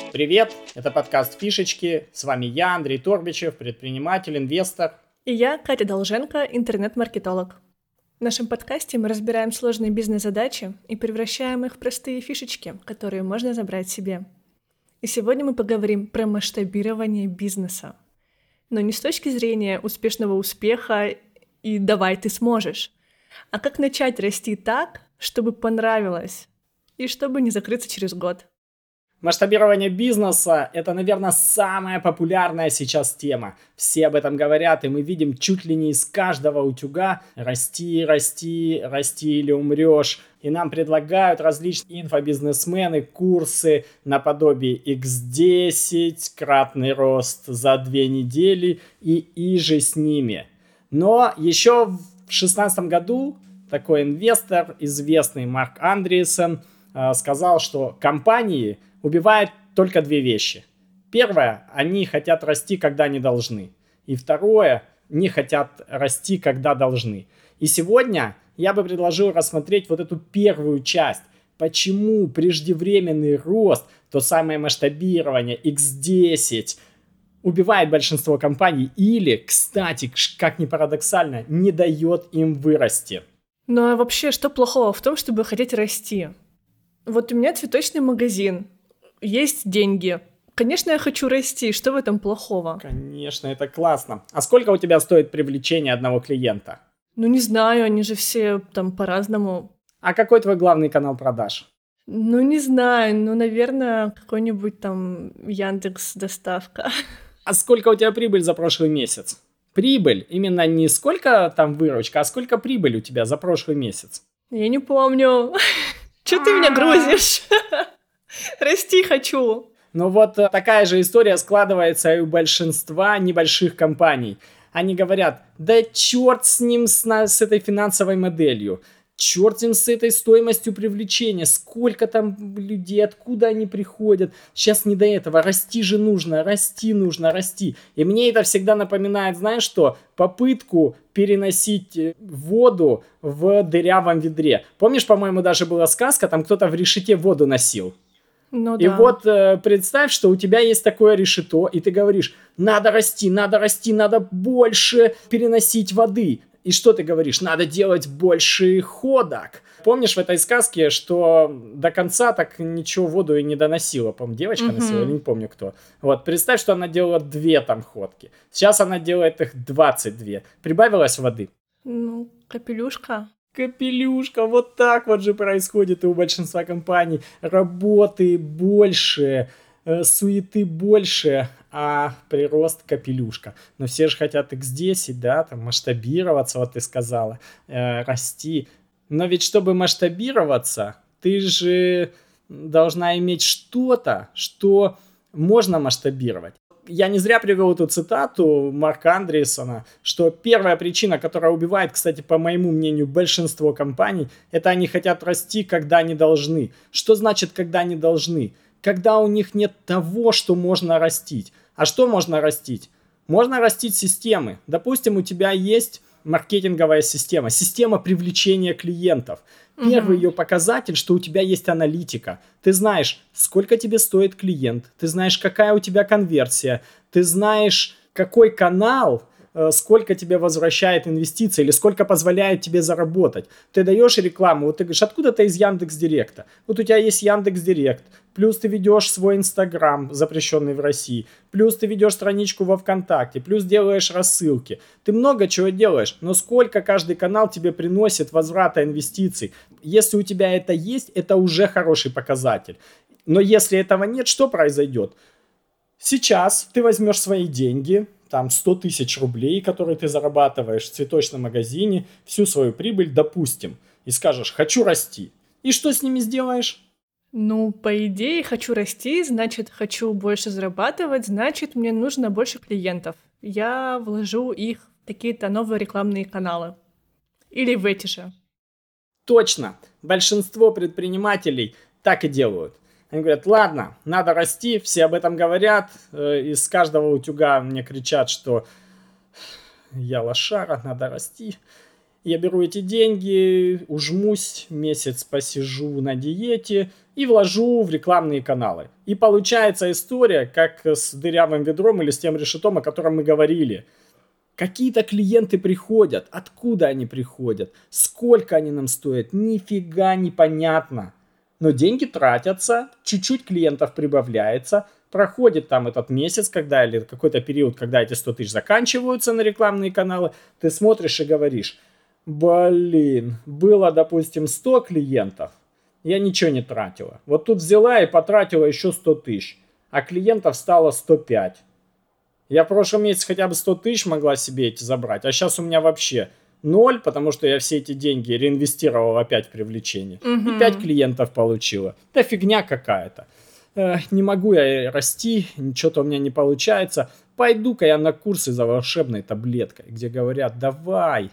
Привет, это подкаст «Фишечки». С вами я, Андрей Торбичев, предприниматель, инвестор. И я, Катя Долженко, интернет-маркетолог. В нашем подкасте мы разбираем сложные бизнес-задачи и превращаем их в простые фишечки, которые можно забрать себе. И сегодня мы поговорим про масштабирование бизнеса. Но не с точки зрения успешного успеха и «давай, ты сможешь», а как начать расти так, чтобы понравилось и чтобы не закрыться через год. Масштабирование бизнеса – это, наверное, самая популярная сейчас тема. Все об этом говорят, и мы видим чуть ли не из каждого утюга «расти, расти, расти или умрешь». И нам предлагают различные инфобизнесмены курсы наподобие X10, кратный рост за 2 недели и иже с ними. Но еще в 2016 году такой инвестор, известный Марк Андреессен, сказал, что компании убивают только 2 вещи. Первое, они хотят расти, когда не должны. И второе, не хотят расти, когда должны. И сегодня я бы предложил рассмотреть вот эту первую часть. Почему преждевременный рост, то самое масштабирование, X10, убивает большинство компаний или, кстати, как ни парадоксально, не дает им вырасти. Ну а вообще, что плохого в том, чтобы хотеть расти? Вот у меня цветочный магазин, есть деньги. Конечно, я хочу расти. Что в этом плохого? Конечно, это классно. А сколько у тебя стоит привлечение одного клиента? Ну, не знаю, они же все там по-разному. А какой твой главный канал продаж? Ну, не знаю, наверное, какой-нибудь там Яндекс.Доставка. А сколько у тебя прибыль за прошлый месяц? Прибыль, именно не сколько там выручка, а сколько прибыль у тебя за прошлый месяц? Я не помню. Чё ты меня грузишь? Расти хочу. Ну вот такая же история складывается и у большинства небольших компаний. Они говорят, да черт с ним, с этой финансовой моделью. Черт им с этой стоимостью привлечения. Сколько там людей, откуда они приходят. Сейчас не до этого. Расти же нужно, расти. И мне это всегда напоминает, знаешь что? Попытку переносить воду в дырявом ведре. Помнишь, по-моему, даже была сказка, там кто-то в решете воду носил. Ну, и да. Вот представь, что у тебя есть такое решето, и ты говоришь, надо расти, надо больше переносить воды. И что ты говоришь? Надо делать больше ходок. Помнишь в этой сказке, что до конца так ничего воду и не доносила? По-моему, девочка носила, я не помню кто. Вот, представь, что она делала 2 там ходки. Сейчас она делает их 22. Прибавилось воды? Ну, капелюшка. Капелюшка, вот так вот же происходит и у большинства компаний. Работы больше, суеты больше, а прирост капелюшка. Но все же хотят X10, да, там масштабироваться, вот ты сказала, расти. Но ведь чтобы масштабироваться, ты же должна иметь что-то, что можно масштабировать. Я не зря привел эту цитату Марка Андреессена, что первая причина, которая убивает, кстати, по моему мнению, большинство компаний, это они хотят расти, когда они должны. Что значит, когда они должны? Когда у них нет того, что можно растить. А что можно растить? Можно растить системы. Допустим, у тебя есть маркетинговая система, система привлечения клиентов. Первый ее показатель, что у тебя есть аналитика. Ты знаешь, сколько тебе стоит клиент, ты знаешь, какая у тебя конверсия, ты знаешь, какой канал, сколько тебе возвращает инвестиции или сколько позволяет тебе заработать. Ты даешь рекламу, вот ты говоришь, откуда-то из Яндекс.Директа. Вот у тебя есть Яндекс.Директ, плюс ты ведешь свой Инстаграм, запрещенный в России, плюс ты ведешь страничку во ВКонтакте, плюс делаешь рассылки. Ты много чего делаешь, но сколько каждый канал тебе приносит возврата инвестиций. Если у тебя это есть, это уже хороший показатель. Но если этого нет, что произойдет? Сейчас ты возьмешь свои деньги, там 100 тысяч рублей, которые ты зарабатываешь в цветочном магазине, всю свою прибыль, допустим, и скажешь, хочу расти. И что с ними сделаешь? Ну, по идее, хочу расти, значит, хочу больше зарабатывать, значит, мне нужно больше клиентов. Я вложу их в какие-то новые рекламные каналы. Или в эти же. Точно. Большинство предпринимателей так и делают. Они говорят, ладно, надо расти, все об этом говорят. Из каждого утюга мне кричат, что я лошара, надо расти. Я беру эти деньги, ужмусь, месяц посижу на диете и вложу в рекламные каналы. И получается история, как с дырявым ведром или с тем решетом, о котором мы говорили. Какие-то клиенты приходят, откуда они приходят, сколько они нам стоят, нифига непонятно. Но деньги тратятся, чуть-чуть клиентов прибавляется, проходит там этот месяц, когда или какой-то период, когда эти 100 тысяч заканчиваются на рекламные каналы, ты смотришь и говоришь: блин, было, допустим, 100 клиентов, я ничего не тратила. Вот тут взяла и потратила еще 100 тысяч, а клиентов стало 105. Я в прошлом месяце хотя бы 100 тысяч могла себе эти забрать, а сейчас у меня вообще 0, потому что я все эти деньги реинвестировал опять в привлечение. И 5 клиентов получила. Да фигня какая-то. Не могу я расти, ничего-то у меня не получается. Пойду-ка я на курсы за волшебной таблеткой, где говорят: давай,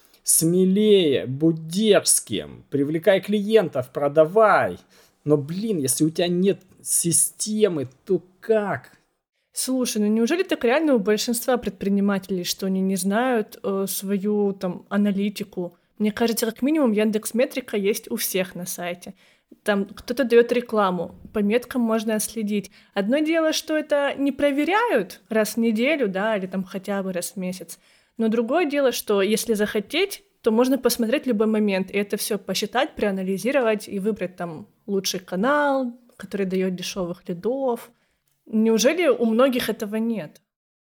смелее, будь дерзким, привлекай клиентов, продавай. Но, блин, если у тебя нет системы, то как? Слушай, ну неужели так реально у большинства предпринимателей, что они не знают свою там аналитику? Мне кажется, как минимум Яндекс.Метрика есть у всех на сайте. Там кто-то дает рекламу, по меткам можно отследить. Одно дело, что это не проверяют раз в неделю, да, или там хотя бы раз в месяц. Но другое дело, что если захотеть, то можно посмотреть в любой момент, и это все посчитать, проанализировать и выбрать там лучший канал, который дает дешевых лидов. Неужели у многих этого нет?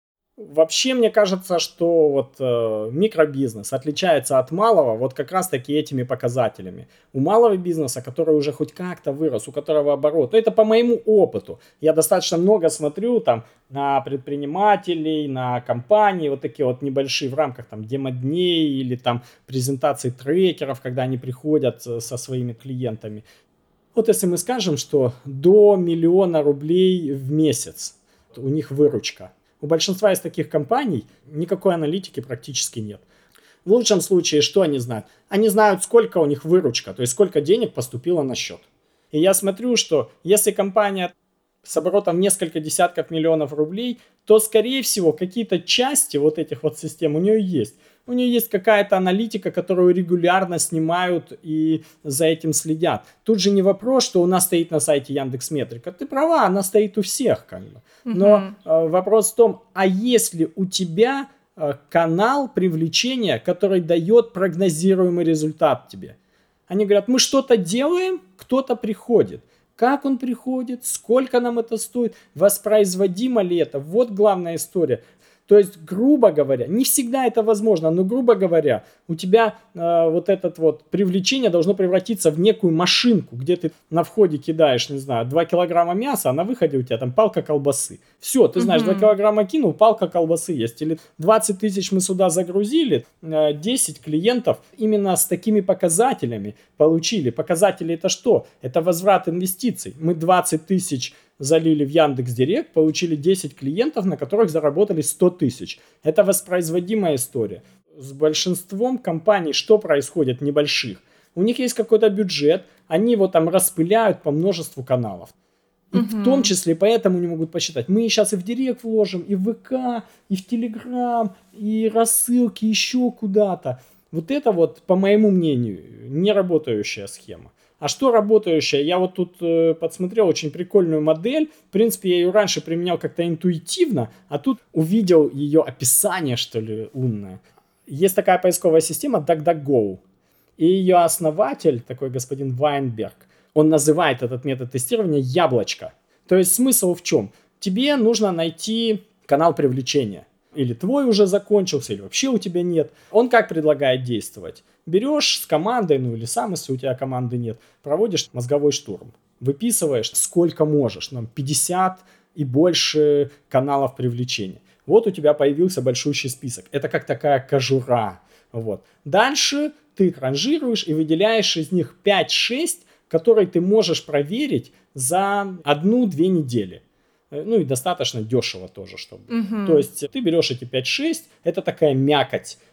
Вообще, мне кажется, что вот микробизнес отличается от малого вот как раз-таки этими показателями. У малого бизнеса, который уже хоть как-то вырос, у которого оборот, это по моему опыту. Я достаточно много смотрю там на предпринимателей, на компании, вот такие вот небольшие в рамках там демо-дней или там презентаций трекеров, когда они приходят со своими клиентами. Вот если мы скажем, что до 1 000 000 рублей в месяц у них выручка. У большинства из таких компаний никакой аналитики практически нет. В лучшем случае, что они знают? Они знают, сколько у них выручка, то есть сколько денег поступило на счет. И я смотрю, что если компания с оборотом несколько десятков миллионов рублей, то, скорее всего, какие-то части вот этих вот систем у нее есть. У нее есть какая-то аналитика, которую регулярно снимают и за этим следят. Тут же не вопрос, что у нас стоит на сайте Яндекс.Метрика. Ты права, она стоит у всех как бы. Но вопрос в том, а если у тебя канал привлечения, который дает прогнозируемый результат тебе? Они говорят: мы что-то делаем, кто-то приходит. Как он приходит, сколько нам это стоит, воспроизводимо ли это? Вот главная история. То есть, грубо говоря, не всегда это возможно, но, грубо говоря, у тебя вот это вот привлечение должно превратиться в некую машинку, где ты на входе кидаешь, не знаю, 2 килограмма мяса, а на выходе у тебя там палка колбасы. Все, ты знаешь, 2 килограмма кинул, палка колбасы есть. Или 20 тысяч мы сюда загрузили, 10 клиентов именно с такими показателями получили. Показатели это что? Это возврат инвестиций. Мы 20 тысяч залили в Яндекс.Директ, получили 10 клиентов, на которых заработали 100 тысяч. Это воспроизводимая история. С большинством компаний что происходит небольших? У них есть какой-то бюджет, они его там распыляют по множеству каналов. И в том числе поэтому не могут посчитать. Мы сейчас и в Директ вложим, и в ВК, и в Телеграм, и рассылки еще куда-то. Вот это вот, по моему мнению, не работающая схема. А что работающая? Я вот тут подсмотрел очень прикольную модель. В принципе, я ее раньше применял как-то интуитивно, а тут увидел ее описание, что ли, умное. Есть такая поисковая система DuckDuckGo. И ее основатель, такой господин Вайнберг, он называет этот метод тестирования яблочко. То есть смысл в чем? Тебе нужно найти канал привлечения. Или твой уже закончился, или вообще у тебя нет. Он как предлагает действовать? Берешь с командой, ну или сам, если у тебя команды нет, проводишь мозговой штурм. Выписываешь сколько можешь, 50 и больше каналов привлечения. Вот у тебя появился большущий список. Это как такая кожура. Вот. Дальше ты их ранжируешь и выделяешь из них 5-6, которые ты можешь проверить за 1-2 недели. Ну и достаточно дешево тоже, чтобы. То есть ты берешь эти 5-6, это такая мякоть.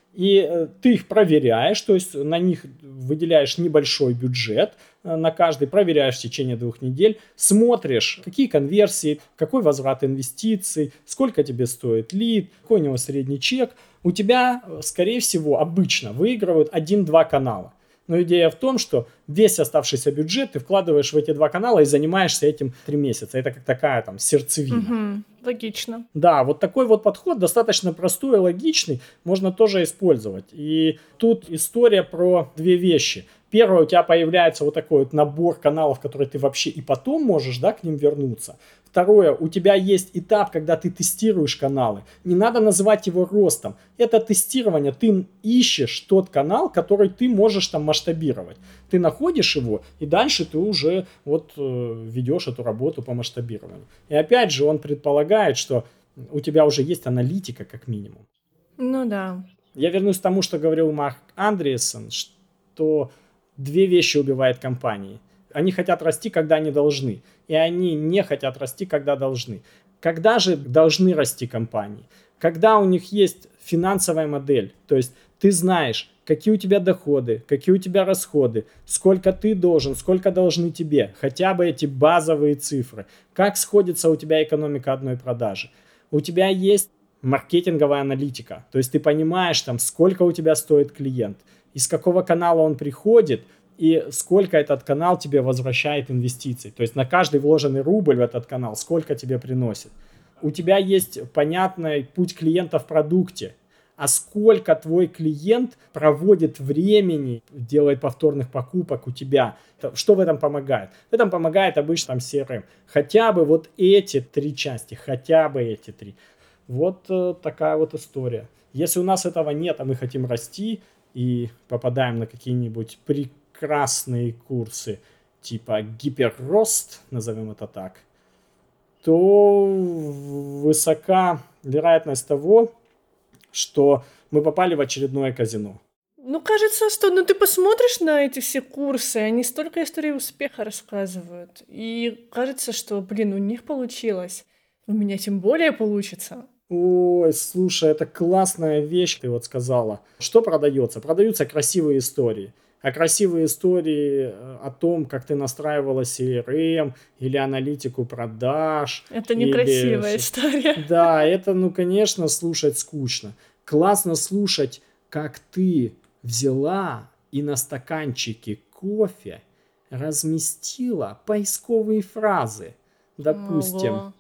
И ты их проверяешь, то есть на них выделяешь небольшой бюджет на каждый, проверяешь в течение 2 недель, смотришь, какие конверсии, какой возврат инвестиций, сколько тебе стоит лид, какой у него средний чек. У тебя, скорее всего, обычно выигрывают 1-2 канала. Но идея в том, что весь оставшийся бюджет ты вкладываешь в эти 2 канала и занимаешься этим 3 месяца. Это как такая там сердцевина. Логично. Да, вот такой вот подход достаточно простой и логичный, можно тоже использовать. И тут история про 2 вещи. Первое, у тебя появляется вот такой вот набор каналов, которые ты вообще и потом можешь, да, к ним вернуться. Второе, у тебя есть этап, когда ты тестируешь каналы. Не надо называть его ростом. Это тестирование. Ты ищешь тот канал, который ты можешь там масштабировать. Ты находишь его, и дальше ты уже вот ведешь эту работу по масштабированию. И опять же, он предполагает, что у тебя уже есть аналитика как минимум. Ну да. Я вернусь к тому, что говорил Марк Андреессен, что 2 вещи убивают компании. Они хотят расти, когда они должны. И они не хотят расти, когда должны. Когда же должны расти компании? Когда у них есть финансовая модель. То есть ты знаешь, какие у тебя доходы, какие у тебя расходы, сколько ты должен, сколько должны тебе. Хотя бы эти базовые цифры. Как сходится у тебя экономика одной продажи. У тебя есть маркетинговая аналитика. То есть ты понимаешь, там, сколько у тебя стоит клиент, из какого канала он приходит, и сколько этот канал тебе возвращает инвестиций. То есть на каждый вложенный рубль в этот канал сколько тебе приносит. У тебя есть понятный путь клиента в продукте. А сколько твой клиент проводит времени, делает повторных покупок у тебя. Что в этом помогает? В этом помогает обычно там CRM. Хотя бы вот эти 3 части, хотя бы эти 3. Вот такая вот история. Если у нас этого нет, а мы хотим расти и попадаем на какие-нибудь прекрасные курсы типа гиперрост, назовем это так, то высока вероятность того, что мы попали в очередное казино. Ну, кажется, что ты посмотришь на эти все курсы, они столько историй успеха рассказывают. И кажется, что, у них получилось. У меня тем более получится. Ой, слушай, это классная вещь, ты вот сказала. Что продается? Продаются красивые истории. А красивые истории о том, как ты настраивала CRM или аналитику продаж. Это некрасивая история. Да, это, конечно, слушать скучно. Классно слушать, как ты взяла и на стаканчике кофе разместила поисковые фразы. Допустим,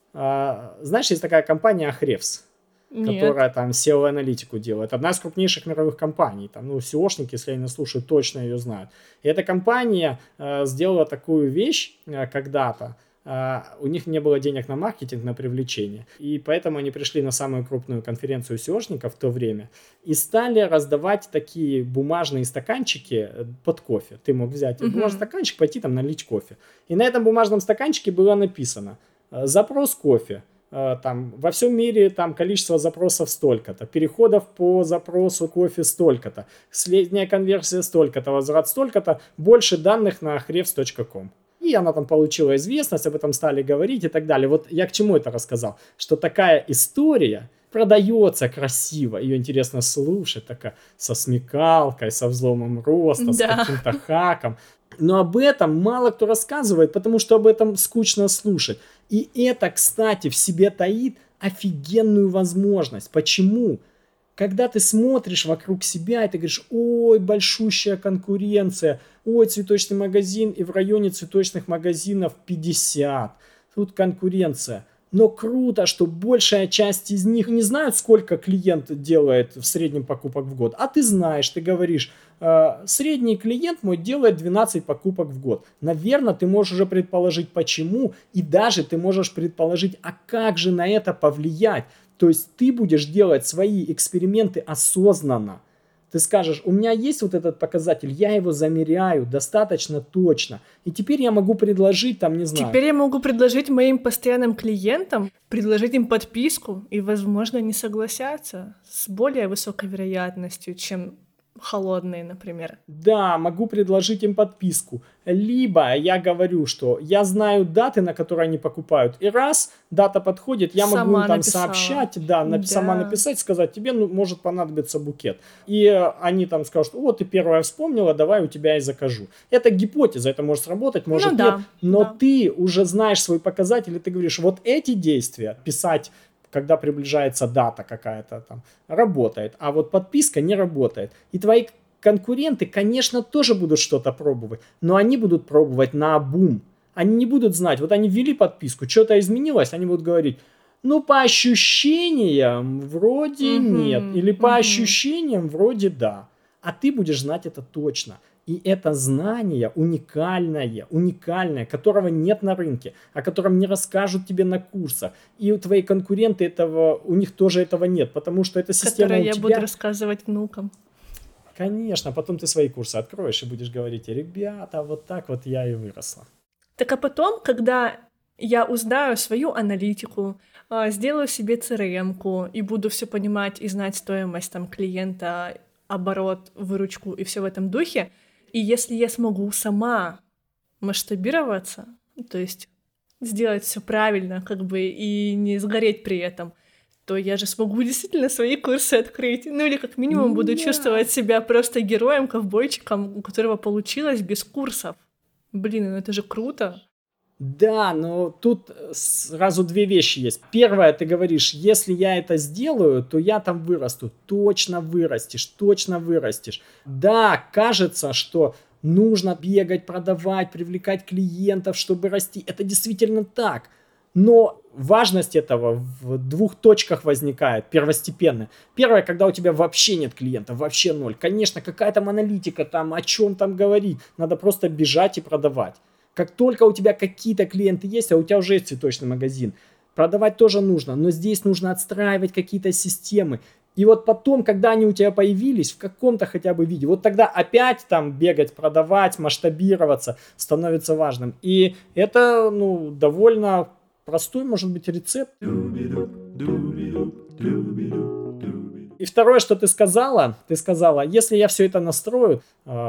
знаешь, есть такая компания Ahrefs, которая там SEO-аналитику делает. Одна из крупнейших мировых компаний. Там, SEOшники, если они слушают, точно ее знают. И эта компания сделала такую вещь когда-то. У них не было денег на маркетинг, на привлечение. И поэтому они пришли на самую крупную конференцию SEOшников в то время и стали раздавать такие бумажные стаканчики под кофе. Ты мог взять бумажный стаканчик, пойти там налить кофе. И на этом бумажном стаканчике было написано: запрос кофе. Там, во всем мире там количество запросов столько-то, переходов по запросу кофе столько-то, средняя конверсия столько-то, возврат столько-то, больше данных на ahrefs.com. И она там получила известность, об этом стали говорить и так далее. Вот я к чему это рассказал? Что такая история продается красиво, ее интересно слушать, такая со смекалкой, со взломом роста, с каким-то хаком. Но об этом мало кто рассказывает, потому что об этом скучно слушать. И это, кстати, в себе таит офигенную возможность. Почему? Когда ты смотришь вокруг себя, и ты говоришь: ой, большущая конкуренция, ой, цветочный магазин, и в районе цветочных магазинов 50. Тут конкуренция. Но круто, что большая часть из них не знают, сколько клиент делает в среднем покупок в год. А ты знаешь, ты говоришь: средний клиент мой делает 12 покупок в год. Наверное, ты можешь уже предположить, почему. И даже ты можешь предположить, а как же на это повлиять. То есть ты будешь делать свои эксперименты осознанно. Ты скажешь: у меня есть вот этот показатель, я его замеряю достаточно точно. И теперь я могу предложить там, не знаю. Теперь я могу предложить моим постоянным клиентам, предложить им подписку, и, возможно, они согласятся с более высокой вероятностью, чем холодные, например. Да, могу предложить им подписку. Либо я говорю, что я знаю даты, на которые они покупают. И раз дата подходит, я могу им Сама там написала. сообщать, да, сама Да. написать, сказать, тебе может понадобиться букет. И они там скажут, о, ты первая вспомнила, давай у тебя и закажу. Это гипотеза, это может сработать, может Ну да, нет. Но да. ты уже знаешь свой показатель, и ты говоришь, вот эти действия, писать, когда приближается дата какая-то там, работает. А вот подписка не работает. И твои конкуренты, конечно, тоже будут что-то пробовать, но они будут пробовать наобум. Они не будут знать, вот они ввели подписку, что-то изменилось, они будут говорить, ну, по ощущениям вроде нет, или по ощущениям вроде да. А ты будешь знать это точно. И это знание уникальное, которого нет на рынке, о котором не расскажут тебе на курсах. И у твоих конкуренты у них тоже этого нет, потому что эта система Которое у я тебя... буду рассказывать внукам. Конечно, потом ты свои курсы откроешь и будешь говорить, ребята, вот так вот я и выросла. Так а потом, когда я узнаю свою аналитику, сделаю себе CRM-ку и буду все понимать и знать стоимость там клиента, оборот, выручку и все в этом духе, и если я смогу сама масштабироваться, то есть сделать все правильно, как бы, и не сгореть при этом, то я же смогу действительно свои курсы открыть. Ну или как минимум буду чувствовать себя просто героем, ковбойчиком, у которого получилось без курсов. Блин, ну это же круто. Да, но тут сразу две вещи есть. Первое, ты говоришь, если я это сделаю, то я там вырасту. Точно вырастешь. Да, кажется, что нужно бегать, продавать, привлекать клиентов, чтобы расти. Это действительно так. Но важность этого в двух точках возникает, первостепенно. Первое, когда у тебя вообще нет клиентов, вообще ноль. Конечно, какая там аналитика, там, о чем там говорить. Надо просто бежать и продавать. Как только у тебя какие-то клиенты есть, а у тебя уже есть цветочный магазин, продавать тоже нужно, но здесь нужно отстраивать какие-то системы. И вот потом, когда они у тебя появились в каком-то хотя бы виде, вот тогда опять там бегать, продавать, масштабироваться становится важным. И это, довольно простой, может быть, рецепт. И второе, что ты сказала, если я все это настрою,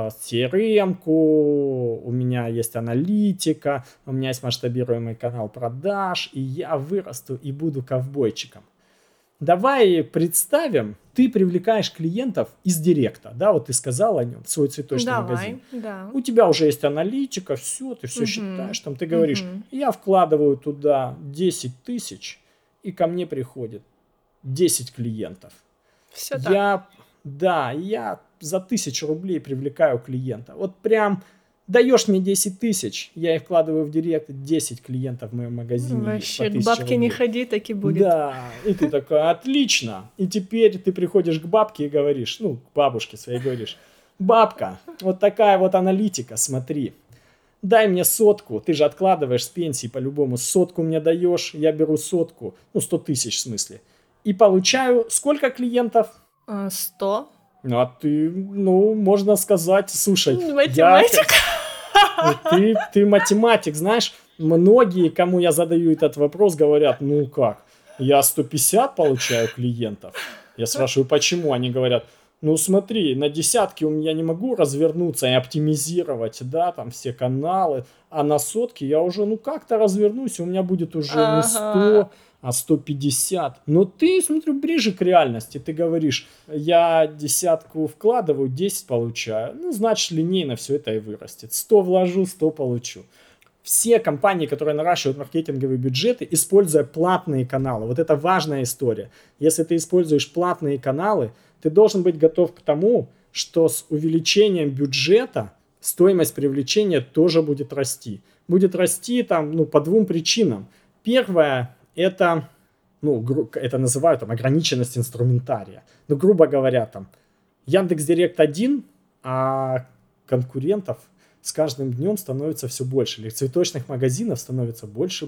CRM-ку, у меня есть аналитика, у меня есть масштабируемый канал продаж, и я вырасту и буду ковбойчиком. Давай представим, ты привлекаешь клиентов из директа, да, вот ты сказала о нем, свой цветочный магазин. Да. У тебя уже есть аналитика, все, ты все считаешь, там ты говоришь, я вкладываю туда 10 тысяч, и ко мне приходит 10 клиентов. Все так. Я за 1000 рублей привлекаю клиента. Вот прям даешь мне 10 тысяч, я их вкладываю в директ, 10 клиентов в моем магазине. Вообще, к бабке не ходи, так и будет. Да, и ты такой, отлично. И теперь ты приходишь к бабке и говоришь, к бабушке своей говоришь, бабка, вот такая вот аналитика, смотри. Дай мне 100, ты же откладываешь с пенсии по-любому, 100 мне даешь, я беру 100, 100 тысяч в смысле. И получаю сколько клиентов? 100. А ты, можно сказать, слушай, математик. Ты математик, знаешь, многие, кому я задаю этот вопрос, говорят, как, я 150 получаю клиентов. Я спрашиваю, почему? Они говорят, смотри, на десятке я не могу развернуться и оптимизировать, да, там все каналы, а на 100 я уже, как-то развернусь, у меня будет уже не 100, а 150. Но ты, смотрю, ближе к реальности. Ты говоришь, я 10 вкладываю, 10 получаю. Значит, линейно все это и вырастет. 100 вложу, 100 получу. Все компании, которые наращивают маркетинговые бюджеты, используя платные каналы. Вот это важная история. Если ты используешь платные каналы, ты должен быть готов к тому, что с увеличением бюджета стоимость привлечения тоже будет расти. Будет расти там, по двум причинам. Первое, это называют ограниченность инструментария. Грубо говоря, Яндекс.Директ 1, а конкурентов с каждым днем становится все больше. Или цветочных магазинов становится больше.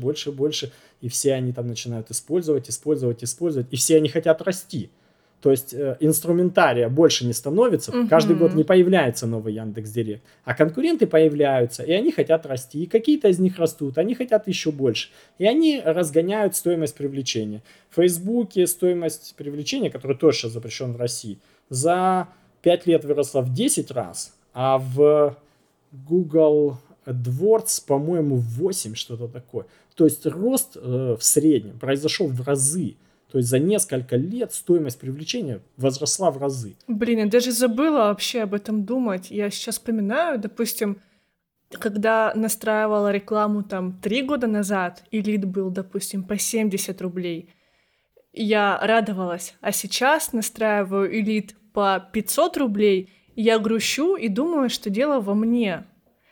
И все они там начинают использовать. И все они хотят расти. То есть инструментария больше не становится, каждый год не появляется новый Яндекс.Директ, а конкуренты появляются, и они хотят расти, и какие-то из них растут, они хотят еще больше, и они разгоняют стоимость привлечения. В Фейсбуке стоимость привлечения, который тоже сейчас запрещен в России, за 5 лет выросла в 10 раз, а в Google AdWords, по-моему, в 8, что-то такое. То есть рост в среднем произошел в разы. То есть за несколько лет стоимость привлечения возросла в разы. Блин, я даже забыла вообще об этом думать. Я сейчас вспоминаю, допустим, когда настраивала рекламу там 3 года назад, и лид был, допустим, по 70 рублей, я радовалась. А сейчас настраиваю и лид по 500 рублей, и я грущу и думаю, что дело во мне.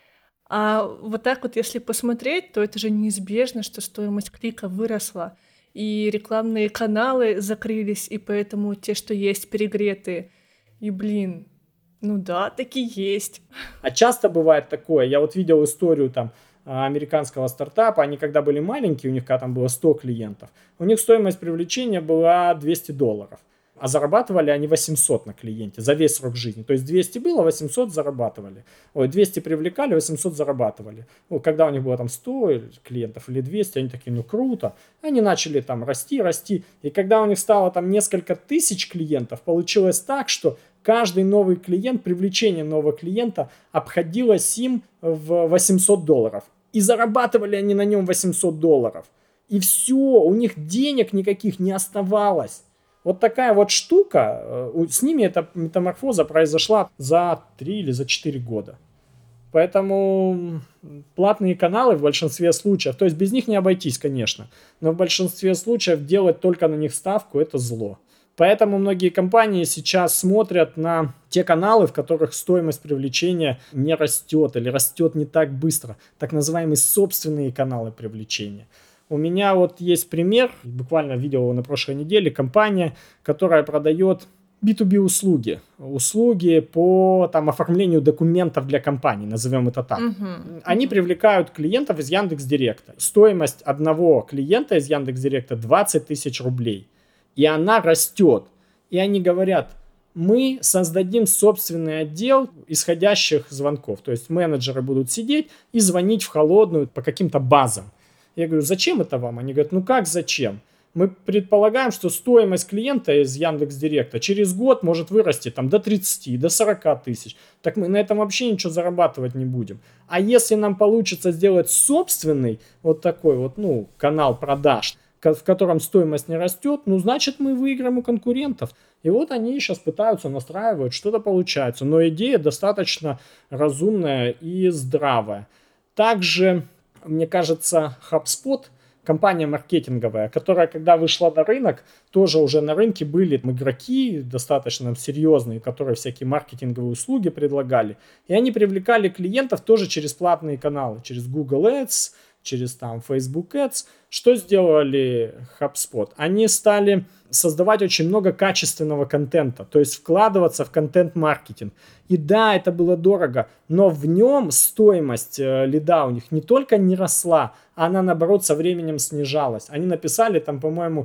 А вот так вот, если посмотреть, то это же неизбежно, что стоимость клика выросла, и рекламные каналы закрылись, и поэтому те, что есть, перегреты. И, блин, ну да, такие есть. А часто бывает такое, я вот видел историю там американского стартапа, они когда были маленькие, у них когда там было 100 клиентов, у них стоимость привлечения была $200, а зарабатывали они 800 на клиенте за весь срок жизни. То есть 200 было, 800 зарабатывали. 200 привлекали, 800 зарабатывали. Когда у них было там 100 клиентов или 200, они такие, ну круто. Они начали там расти. И когда у них стало там несколько тысяч клиентов, получилось так, что каждый новый клиент, привлечение нового клиента обходилось им в $800. И зарабатывали они на нем $800. И все, у них денег никаких не оставалось. Вот такая вот штука, с ними эта метаморфоза произошла за 3 или за 4 года. Поэтому платные каналы в большинстве случаев, то есть без них не обойтись, конечно, но в большинстве случаев делать только на них ставку – это зло. Поэтому многие компании сейчас смотрят на те каналы, в которых стоимость привлечения не растет или растет не так быстро, так называемые собственные каналы привлечения. У меня вот есть пример, буквально видел его на прошлой неделе, компания, которая продает B2B услуги. Услуги по оформлению документов для компаний, назовем это так. Они привлекают клиентов из Яндекс.Директа. Стоимость одного клиента из Яндекс.Директа 20 тысяч рублей. И она растет. И они говорят, мы создадим собственный отдел исходящих звонков. То есть менеджеры будут сидеть и звонить в холодную по каким-то базам. Я говорю, зачем это вам? Они говорят, ну как зачем? Мы предполагаем, что стоимость клиента из Яндекс.Директа через год может вырасти там, до 30, до 40 тысяч. Так мы на этом вообще ничего зарабатывать не будем. А если нам получится сделать собственный вот такой вот, канал продаж, в котором стоимость не растет, значит мы выиграем у конкурентов. И вот они сейчас пытаются настраивать, что-то получается. Но идея достаточно разумная и здравая. Также, мне кажется, HubSpot, компания маркетинговая, которая, когда вышла на рынок, тоже уже на рынке были игроки достаточно серьезные, которые всякие маркетинговые услуги предлагали. И они привлекали клиентов тоже через платные каналы, через Google Ads, через Facebook Ads. Что сделали HubSpot? Они стали создавать очень много качественного контента, то есть вкладываться в контент-маркетинг. И да, это было дорого, но в нем стоимость лида у них не только не росла, она наоборот со временем снижалась. Они написали там, по-моему,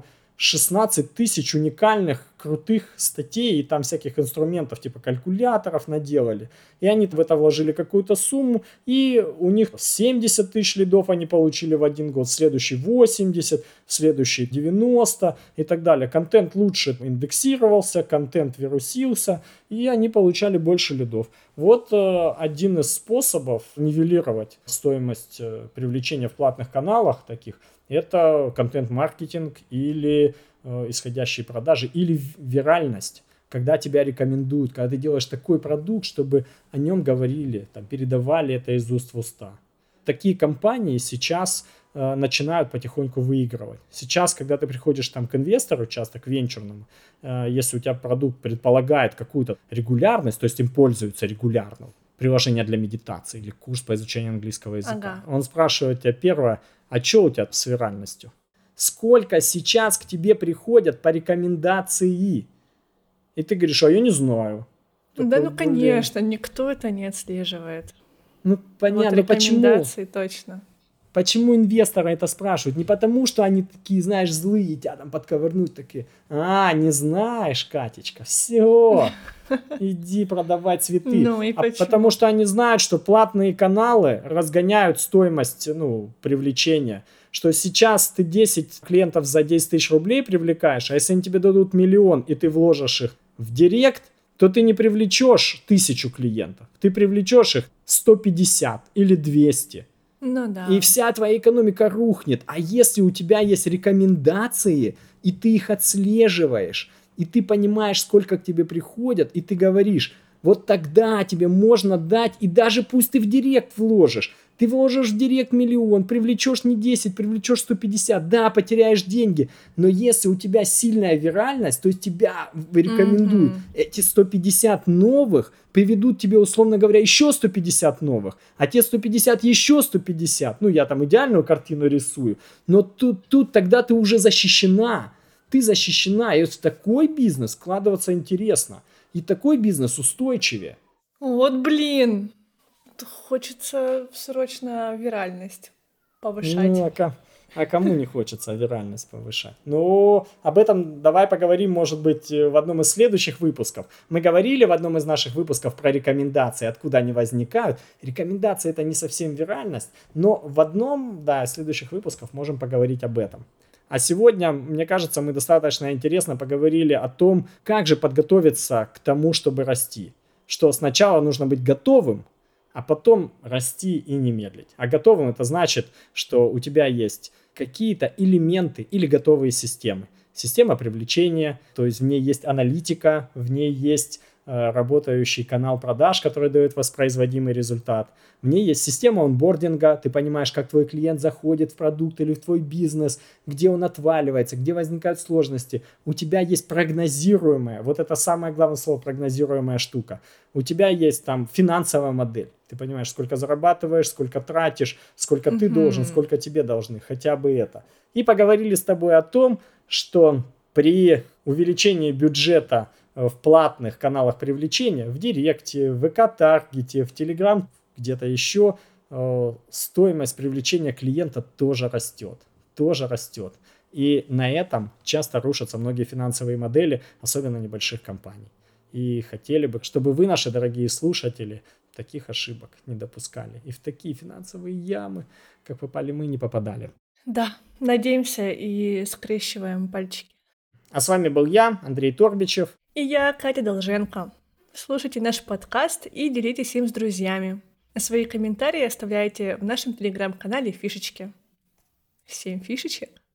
16 тысяч уникальных крутых статей и там всяких инструментов типа калькуляторов наделали. И они в это вложили какую-то сумму, и у них 70 тысяч лидов они получили в один год, следующий 80, следующий 90 и так далее. Контент лучше индексировался, контент вирусился, и они получали больше лидов. Вот один из способов нивелировать стоимость привлечения в платных каналах таких, это контент-маркетинг или исходящие продажи, или виральность, когда тебя рекомендуют, когда ты делаешь такой продукт, чтобы о нем говорили, передавали это из уст в уста. Такие компании сейчас начинают потихоньку выигрывать. Сейчас, когда ты приходишь к инвестору, часто к венчурному, если у тебя продукт предполагает какую-то регулярность, то есть им пользуются регулярно, приложение для медитации или курс по изучению английского языка. Он спрашивает тебя первое, а что у тебя с виральностью? Сколько сейчас к тебе приходят по рекомендации? И ты говоришь, а я не знаю. Да, конечно, никто это не отслеживает. Понятно, вот рекомендации почему? Точно. Почему инвесторы это спрашивают? Не потому, что они такие, знаешь, злые, тебя подковырнуть такие. Не знаешь, Катечка, все, иди продавай цветы. Потому что они знают, что платные каналы разгоняют стоимость привлечения. Что сейчас ты 10 клиентов за 10 тысяч рублей привлекаешь, а если они тебе дадут 1 000 000, и ты вложишь их в директ, то ты не привлечешь 1000 клиентов, ты привлечешь их 150 или 200. Ну да. И вся твоя экономика рухнет. А если у тебя есть рекомендации, и ты их отслеживаешь, и ты понимаешь, сколько к тебе приходят, и ты говоришь, вот тогда тебе можно дать, и даже пусть ты в директ вложишь. Ты вложишь в директ 1 000 000, привлечешь не 10, привлечешь 150. Да, потеряешь деньги, но если у тебя сильная виральность, то есть тебя рекомендуют, эти 150 новых приведут тебе, условно говоря, еще 150 новых, а те 150 еще 150. Ну, я там идеальную картину рисую, но тут тогда ты уже защищена. Ты защищена, и в такой бизнес вкладываться интересно. И такой бизнес устойчивее. Вот блин. Хочется срочно виральность повышать. Ну, а кому не хочется виральность повышать? Ну, об этом давай поговорим, может быть, в одном из следующих выпусков. Мы говорили в одном из наших выпусков про рекомендации, откуда они возникают. Рекомендации — это не совсем виральность, но в одном, да, из следующих выпусков можем поговорить об этом. А сегодня, мне кажется, мы достаточно интересно поговорили о том, как же подготовиться к тому, чтобы расти. Что сначала нужно быть готовым, а потом расти и не медлить. А готовым это значит, что у тебя есть какие-то элементы или готовые системы. Система привлечения, то есть в ней есть аналитика, в ней есть работающий канал продаж, который дает воспроизводимый результат. В ней есть система онбординга, ты понимаешь, как твой клиент заходит в продукт или в твой бизнес, где он отваливается, где возникают сложности. У тебя есть прогнозируемая, вот это самое главное слово, прогнозируемая штука. У тебя есть там финансовая модель. Ты понимаешь, сколько зарабатываешь, сколько тратишь, сколько ты должен, сколько тебе должны, хотя бы это. И поговорили с тобой о том, что при увеличении бюджета в платных каналах привлечения, в Директе, в ВК-таргете, в Телеграм, где-то еще, стоимость привлечения клиента тоже растет. Тоже растет. И на этом часто рушатся многие финансовые модели, особенно небольших компаний. И хотели бы, чтобы вы, наши дорогие слушатели, таких ошибок не допускали. И в такие финансовые ямы, как попали мы, не попадали. Да, надеемся и скрещиваем пальчики. А с вами был я, Андрей Торбичев. И я, Катя Долженко. Слушайте наш подкаст и делитесь им с друзьями. А свои комментарии оставляйте в нашем телеграм-канале «Фишечки». Всем фишечек!